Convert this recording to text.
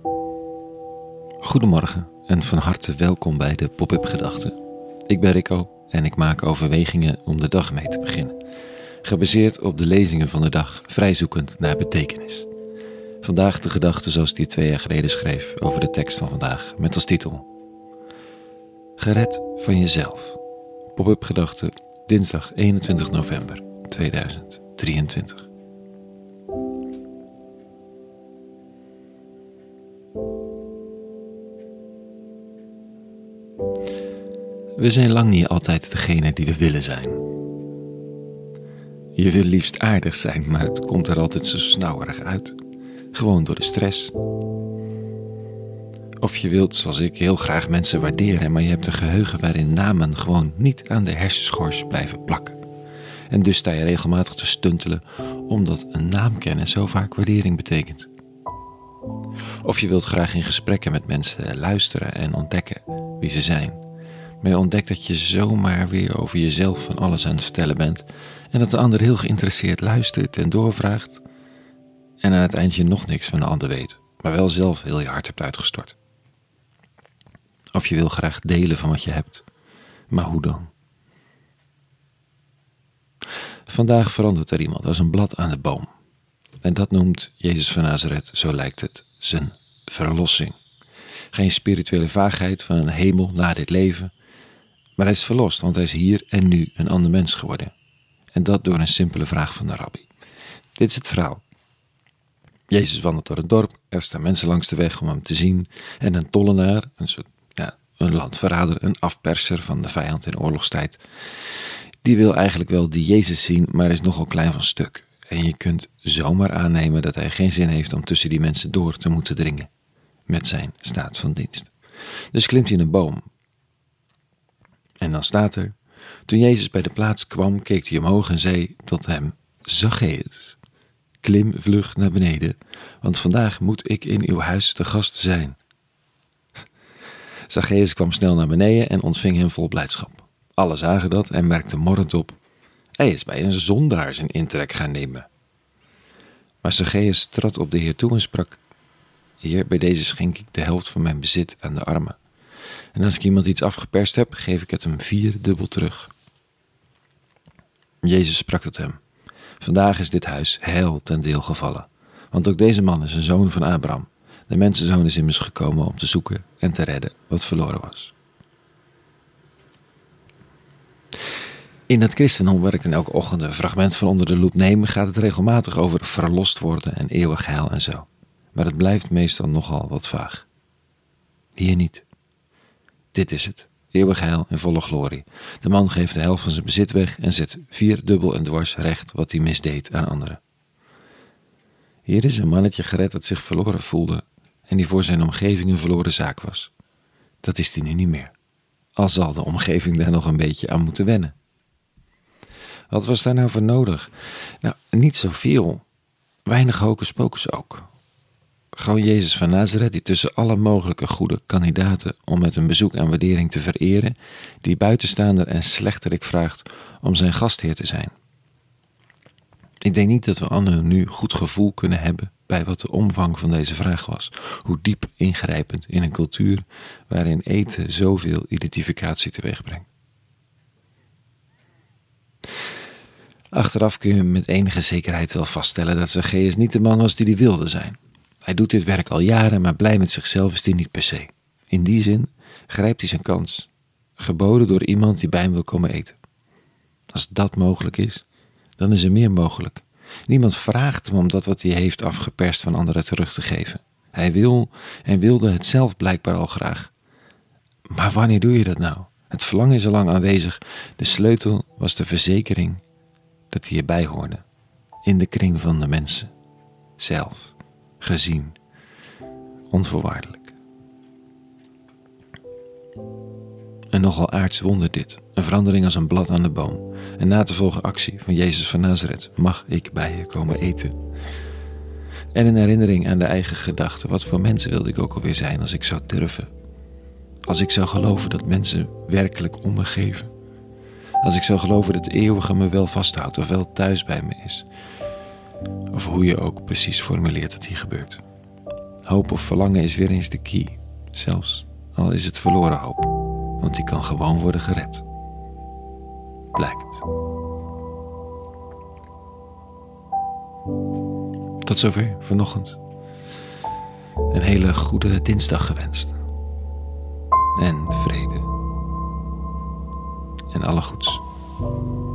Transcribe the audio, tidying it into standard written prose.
Goedemorgen en van harte welkom bij de Pop-up Gedachten. Ik ben Rico en ik maak overwegingen om de dag mee te beginnen. Gebaseerd op de lezingen van de dag, vrijzoekend naar betekenis. Vandaag de gedachte zoals die 2 jaar geleden schreef over de tekst van vandaag, met als titel: Gered van jezelf. Pop-up Gedachten, dinsdag 21 november 2023. We zijn lang niet altijd degene die we willen zijn. Je wil liefst aardig zijn, maar het komt er altijd zo snauwerig uit. Gewoon door de stress. Of je wilt, zoals ik, heel graag mensen waarderen, maar je hebt een geheugen waarin namen gewoon niet aan de hersenschors blijven plakken. En dus sta je regelmatig te stuntelen, omdat een naam kennen zo vaak waardering betekent. Of je wilt graag in gesprekken met mensen luisteren en ontdekken wie ze zijn. Maar je ontdekt dat je zomaar weer over jezelf van alles aan het vertellen bent en dat de ander heel geïnteresseerd luistert en doorvraagt en aan het eind je nog niks van de ander weet, maar wel zelf heel je hart hebt uitgestort. Of je wil graag delen van wat je hebt, maar hoe dan? Vandaag verandert er iemand als een blad aan de boom. En dat noemt Jezus van Nazareth, zo lijkt het, zijn verlossing. Geen spirituele vaagheid van een hemel na dit leven, maar hij is verlost, want hij is hier en nu een ander mens geworden. En dat door een simpele vraag van de rabbi. Dit is het verhaal. Jezus wandelt door het dorp, er staan mensen langs de weg om hem te zien en een tollenaar, een landverrader, een afperser van de vijand in oorlogstijd, die wil eigenlijk wel die Jezus zien, maar is nogal klein van stuk. En je kunt zomaar aannemen dat hij geen zin heeft om tussen die mensen door te moeten dringen met zijn staat van dienst. Dus klimt hij in een boom. En dan staat er: toen Jezus bij de plaats kwam, keek hij omhoog en zei tot hem: Zacchaeus, klim vlug naar beneden, want vandaag moet ik in uw huis te gast zijn. Zacchaeus kwam snel naar beneden en ontving hem vol blijdschap. Alle zagen dat en merkten morrend op: hij is bij een zondaar zijn intrek gaan nemen. Maar Zacchaeus trad op de Heer toe en sprak: Heer, bij deze schenk ik de helft van mijn bezit aan de armen. En als ik iemand iets afgeperst heb, geef ik het hem 4-dubbel terug. Jezus sprak tot hem: vandaag is dit huis heil ten deel gevallen, want ook deze man is een zoon van Abraham. De mensenzoon is immers gekomen om te zoeken en te redden wat verloren was. In het christendom, waar ik dan elke ochtend een fragment van onder de loep neem, gaat het regelmatig over verlost worden en eeuwig heil en zo. Maar het blijft meestal nogal wat vaag. Hier niet. Dit is het, eeuwig heil en volle glorie. De man geeft de helft van zijn bezit weg en zet 4-dubbel en dwars recht wat hij misdeed aan anderen. Hier is een mannetje gered dat zich verloren voelde en die voor zijn omgeving een verloren zaak was. Dat is hij nu niet meer. Al zal de omgeving daar nog een beetje aan moeten wennen. Wat was daar nou voor nodig? Nou, niet zoveel. Weinig hocus pocus ook. Gewoon Jezus van Nazareth, die tussen alle mogelijke goede kandidaten om met een bezoek en waardering te vereren, die buitenstaander en slechterik vraagt om zijn gastheer te zijn. Ik denk niet dat we anno nu goed gevoel kunnen hebben bij wat de omvang van deze vraag was. Hoe diep ingrijpend in een cultuur waarin eten zoveel identificatie teweeg brengt. Achteraf kun je met enige zekerheid wel vaststellen dat Zacchaeus niet de man was die hij wilde zijn. Hij doet dit werk al jaren, maar blij met zichzelf is hij niet per se. In die zin grijpt hij zijn kans, geboden door iemand die bij hem wil komen eten. Als dat mogelijk is, dan is er meer mogelijk. Niemand vraagt hem om dat wat hij heeft afgeperst van anderen terug te geven. Hij wil en wilde het zelf blijkbaar al graag. Maar wanneer doe je dat nou? Het verlangen is al lang aanwezig. De sleutel was de verzekering dat hij erbij hoorde. In de kring van de mensen. Zelf. Gezien. Onvoorwaardelijk. Een nogal aards wonder dit. Een verandering als een blad aan de boom. Een na te volgen actie van Jezus van Nazareth. Mag ik bij je komen eten? En een herinnering aan de eigen gedachten. Wat voor mensen wilde ik ook alweer zijn als ik zou durven? Als ik zou geloven dat mensen werkelijk om me geven. Als ik zou geloven dat het eeuwige me wel vasthoudt of wel thuis bij me is. Of hoe je ook precies formuleert dat hier gebeurt. Hoop of verlangen is weer eens de key, zelfs al is het verloren hoop, want die kan gewoon worden gered. Blijkt. Tot zover vanochtend. Een hele goede dinsdag gewenst. En vrede. En alle goeds.